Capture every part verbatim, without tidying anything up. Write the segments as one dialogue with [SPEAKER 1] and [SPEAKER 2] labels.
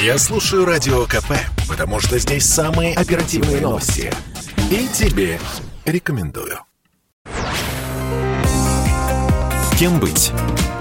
[SPEAKER 1] Я слушаю Радио КП, потому что здесь самые оперативные новости. И тебе рекомендую. Кем быть?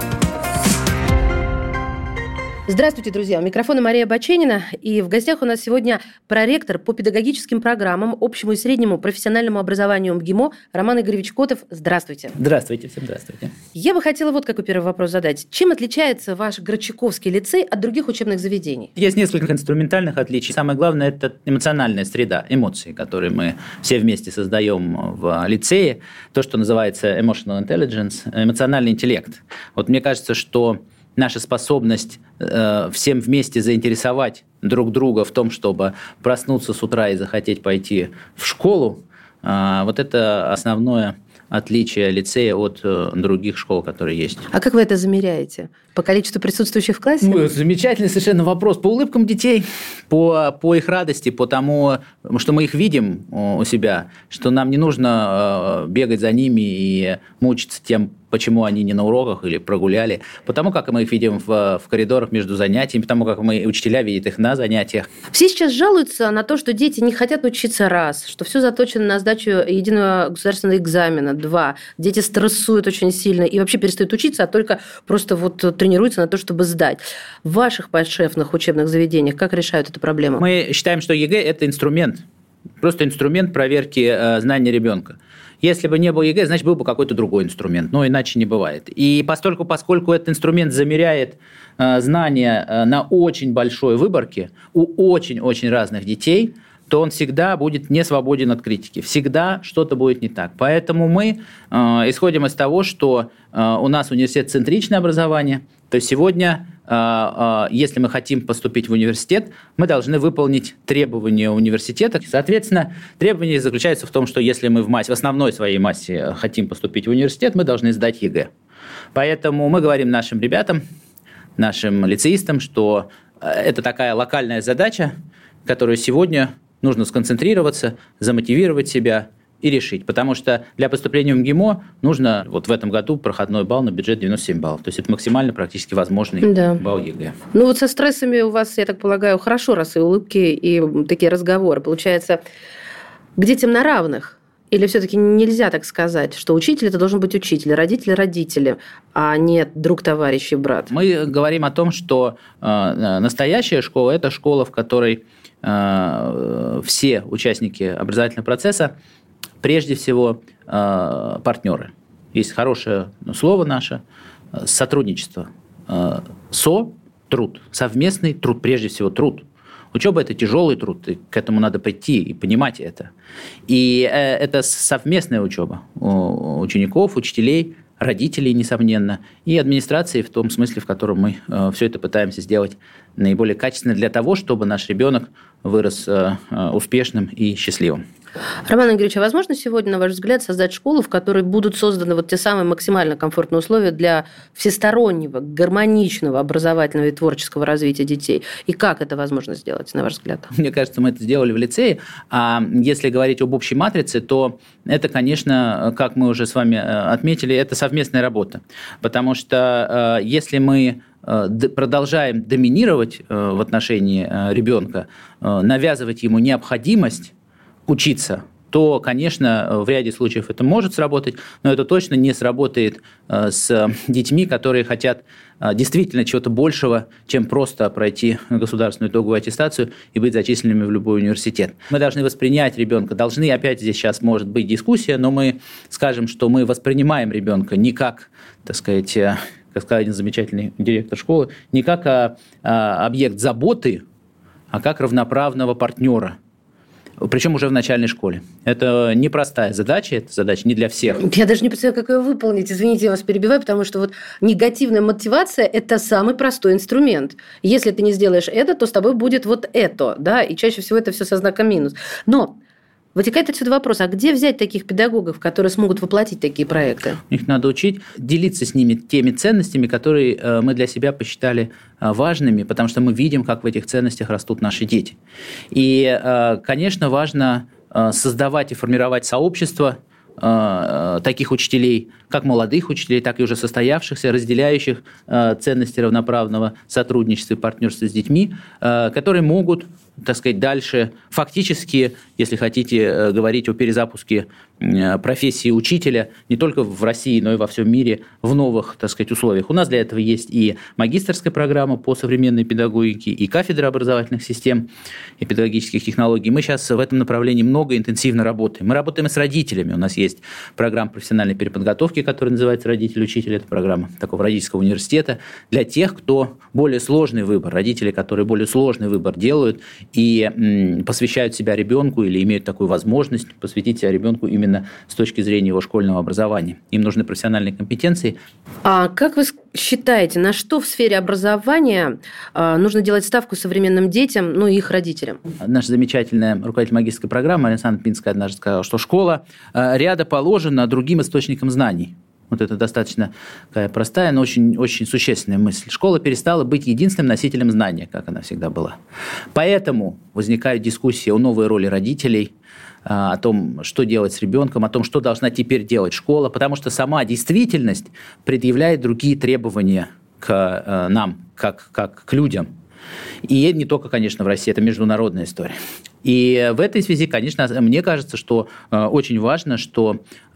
[SPEAKER 2] Здравствуйте, друзья. У микрофона Мария Баченина. И в гостях у нас сегодня проректор по педагогическим программам, общему и среднему профессиональному образованию МГИМО Роман Игоревич Котов. Здравствуйте.
[SPEAKER 3] Здравствуйте, всем здравствуйте.
[SPEAKER 2] Я бы хотела вот какой первый вопрос задать. Чем отличается ваш Грачиковский лицей от других учебных заведений?
[SPEAKER 3] Есть несколько инструментальных отличий. Самое главное – это эмоциональная среда, эмоции, которые мы все вместе создаем в лицее. То, что называется emotional intelligence, эмоциональный интеллект. Вот мне кажется, что наша способность э, всем вместе заинтересовать друг друга в том, чтобы проснуться с утра и захотеть пойти в школу, э, вот это основное отличие лицея от э, других школ, которые есть.
[SPEAKER 2] А как вы это замеряете? По количеству присутствующих в классе?
[SPEAKER 3] Ну, замечательный совершенно вопрос. По улыбкам детей, по, по их радости, по тому, что мы их видим у себя, что нам не нужно э, бегать за ними и мучиться тем, почему они не на уроках или прогуляли, потому как мы их видим в, в коридорах между занятиями, потому как мы, учителя видят их на занятиях.
[SPEAKER 2] Все сейчас жалуются на то, что дети не хотят учиться раз, что все заточено на сдачу единого государственного экзамена, два. Дети стрессуют очень сильно и вообще перестают учиться, а только просто вот тренируются на то, чтобы сдать. В ваших подшефных учебных заведениях как решают эту проблему?
[SPEAKER 3] Мы считаем, что ЕГЭ – это инструмент, просто инструмент проверки э, знаний ребенка. Если бы не было ЕГЭ, значит, был бы какой-то другой инструмент, но иначе не бывает. И поскольку, поскольку этот инструмент замеряет э, знания э, на очень большой выборке у очень-очень разных детей, то он всегда будет не свободен от критики. Всегда что-то будет не так. Поэтому мы э, исходим из того, что э, у нас университет-центричное образование, то есть сегодня, э, э, если мы хотим поступить в университет, мы должны выполнить требования университета. Соответственно, требование заключается в том, что если мы в массе, в основной своей массе хотим поступить в университет, мы должны сдать ЕГЭ. Поэтому мы говорим нашим ребятам, нашим лицеистам, что это такая локальная задача, которую сегодня нужно сконцентрироваться, замотивировать себя и решить. Потому что для поступления в МГИМО нужно вот в этом году проходной балл на бюджет девяносто семь баллов. То есть это максимально практически возможный
[SPEAKER 2] да.
[SPEAKER 3] балл ЕГЭ.
[SPEAKER 2] Ну вот со стрессами у вас, я так полагаю, хорошо, раз и улыбки, и такие разговоры. Получается, к детям на равных. Или все-таки нельзя так сказать, что учитель – это должен быть учитель, родители – родители, а не друг, товарищ и брат? Мы
[SPEAKER 3] говорим о том, что э, настоящая школа – это школа, в которой э, все участники образовательного процесса прежде всего э, партнеры. Есть хорошее слово наше – сотрудничество. Э, со – труд, совместный труд, прежде всего труд. Учеба – это тяжелый труд, и к этому надо прийти и понимать это. И э, это совместная учеба у учеников, учителей, родителей, несомненно, и администрации в том смысле, в котором мы э, все это пытаемся сделать наиболее качественно для того, чтобы наш ребенок вырос э, успешным и счастливым.
[SPEAKER 2] Роман Игоревич, а возможно сегодня, на ваш взгляд, создать школу, в которой будут созданы вот те самые максимально комфортные условия для всестороннего, гармоничного образовательного и творческого развития детей? И как это возможно сделать, на ваш взгляд?
[SPEAKER 3] Мне кажется, мы это сделали в лицее. А если говорить об общей матрице, то это, конечно, как мы уже с вами отметили, это совместная работа. Потому что если мы продолжаем доминировать в отношении ребенка, навязывать ему необходимость учиться, то, конечно, в ряде случаев это может сработать, но это точно не сработает с детьми, которые хотят действительно чего-то большего, чем просто пройти государственную итоговую аттестацию и быть зачисленными в любой университет. Мы должны воспринять ребенка, должны, опять здесь сейчас может быть дискуссия, но мы скажем, что мы воспринимаем ребенка не как, так сказать, как сказал один замечательный директор школы, не как а, а, объект заботы, а как равноправного партнера. Причем уже в начальной школе. Это непростая задача, это задача не для всех.
[SPEAKER 2] Я даже не представляю, как ее выполнить. Извините, я вас перебиваю, потому что вот негативная мотивация – это самый простой инструмент. Если ты не сделаешь это, то с тобой будет вот это, да, и чаще всего это все со знаком минус. Но вытекает отсюда вопрос, а где взять таких педагогов, которые смогут воплотить такие проекты?
[SPEAKER 3] Их надо учить, делиться с ними теми ценностями, которые мы для себя посчитали важными, потому что мы видим, как в этих ценностях растут наши дети. И, конечно, важно создавать и формировать сообщество таких учителей, как молодых учителей, так и уже состоявшихся, разделяющих э, ценности равноправного сотрудничества и партнерства с детьми, э, которые могут, так сказать, дальше фактически, если хотите э, говорить о перезапуске э, профессии учителя не только в России, но и во всем мире в новых, так сказать, условиях. У нас для этого есть и магистерская программа по современной педагогике, и кафедра образовательных систем и педагогических технологий. Мы сейчас в этом направлении много интенсивно работаем. Мы работаем и с родителями. У нас есть программа профессиональной переподготовки, которая называется «Родитель-учитель». Это программа такого родительского университета для тех, кто более сложный выбор, родители, которые более сложный выбор делают и м, посвящают себя ребенку или имеют такую возможность посвятить себя ребенку именно с точки зрения его школьного образования. Им нужны профессиональные компетенции.
[SPEAKER 2] А как вы считаете, на что в сфере образования э, нужно делать ставку современным детям, ну и их родителям?
[SPEAKER 3] Наша замечательная руководитель магистерской программы Александра Пинская однажды сказала, что школа э, ряда положена другим источникам знаний. Вот это достаточно такая простая, но очень, очень существенная мысль. Школа перестала быть единственным носителем знания, как она всегда была. Поэтому возникают дискуссии о новой роли родителей, о том, что делать с ребенком, о том, что должна теперь делать школа, потому что сама действительность предъявляет другие требования к нам, как, как к людям. И не только, конечно, в России, это международная история. И в этой связи, конечно, мне кажется, что очень важно, что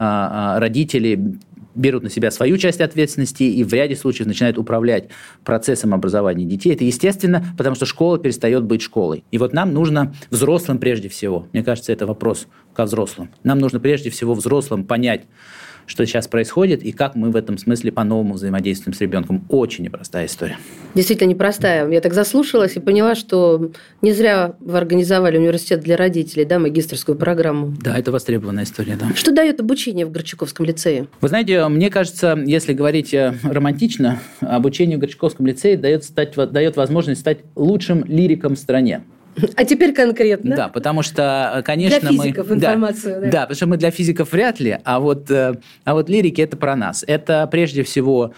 [SPEAKER 3] родители берут на себя свою часть ответственности и в ряде случаев начинают управлять процессом образования детей. Это естественно, потому что школа перестает быть школой. И вот нам нужно взрослым прежде всего, мне кажется, это вопрос ко взрослым, нам нужно прежде всего взрослым понять, что сейчас происходит и как мы в этом смысле по-новому взаимодействуем с ребенком. Очень непростая история.
[SPEAKER 2] Действительно непростая. Я так заслушалась и поняла, что не зря вы организовали университет для родителей, да, магистерскую программу.
[SPEAKER 3] Да, это востребованная история, да.
[SPEAKER 2] Что дает обучение в Горчаковском лицее?
[SPEAKER 3] Вы знаете, мне кажется, если говорить романтично, обучение в Горчаковском лицее дает, стать, дает возможность стать лучшим лириком в стране.
[SPEAKER 2] А теперь конкретно?
[SPEAKER 3] Да, потому что, конечно,
[SPEAKER 2] для физиков
[SPEAKER 3] мы...
[SPEAKER 2] информацию.
[SPEAKER 3] Да,
[SPEAKER 2] да.
[SPEAKER 3] да, потому что мы для физиков вряд ли, а вот, а вот лирики – это про нас. Это, прежде всего,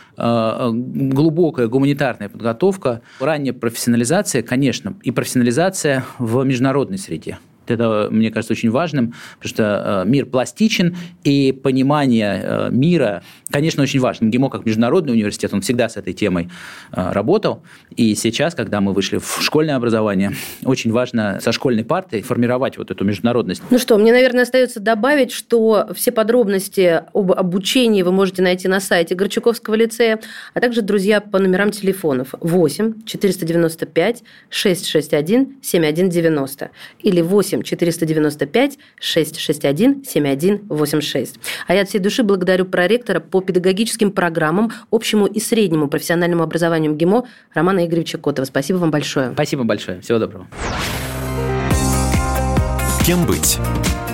[SPEAKER 3] глубокая гуманитарная подготовка, ранняя профессионализация, конечно, и профессионализация в международной среде. Это, мне кажется, очень важным, потому что мир пластичен, и понимание мира, конечно, очень важно. МГИМО как международный университет, он всегда с этой темой работал. И сейчас, когда мы вышли в школьное образование, очень важно со школьной партой формировать вот эту международность.
[SPEAKER 2] Ну что, мне, наверное, остается добавить, что все подробности об обучении вы можете найти на сайте Горчаковского лицея, а также, друзья, по номерам телефонов восемь четыреста девяносто пять шестьсот шестьдесят один семьдесят один девяносто или восемь четыреста девяносто пять шестьсот шестьдесят один семьдесят один восемьдесят шесть. А я от всей души благодарю проректора по педагогическим программам, общему и среднему профессиональному образованию МГИМО Романа Игоревича Котова. Спасибо вам большое.
[SPEAKER 3] Спасибо большое. Всего доброго.
[SPEAKER 1] Кем быть?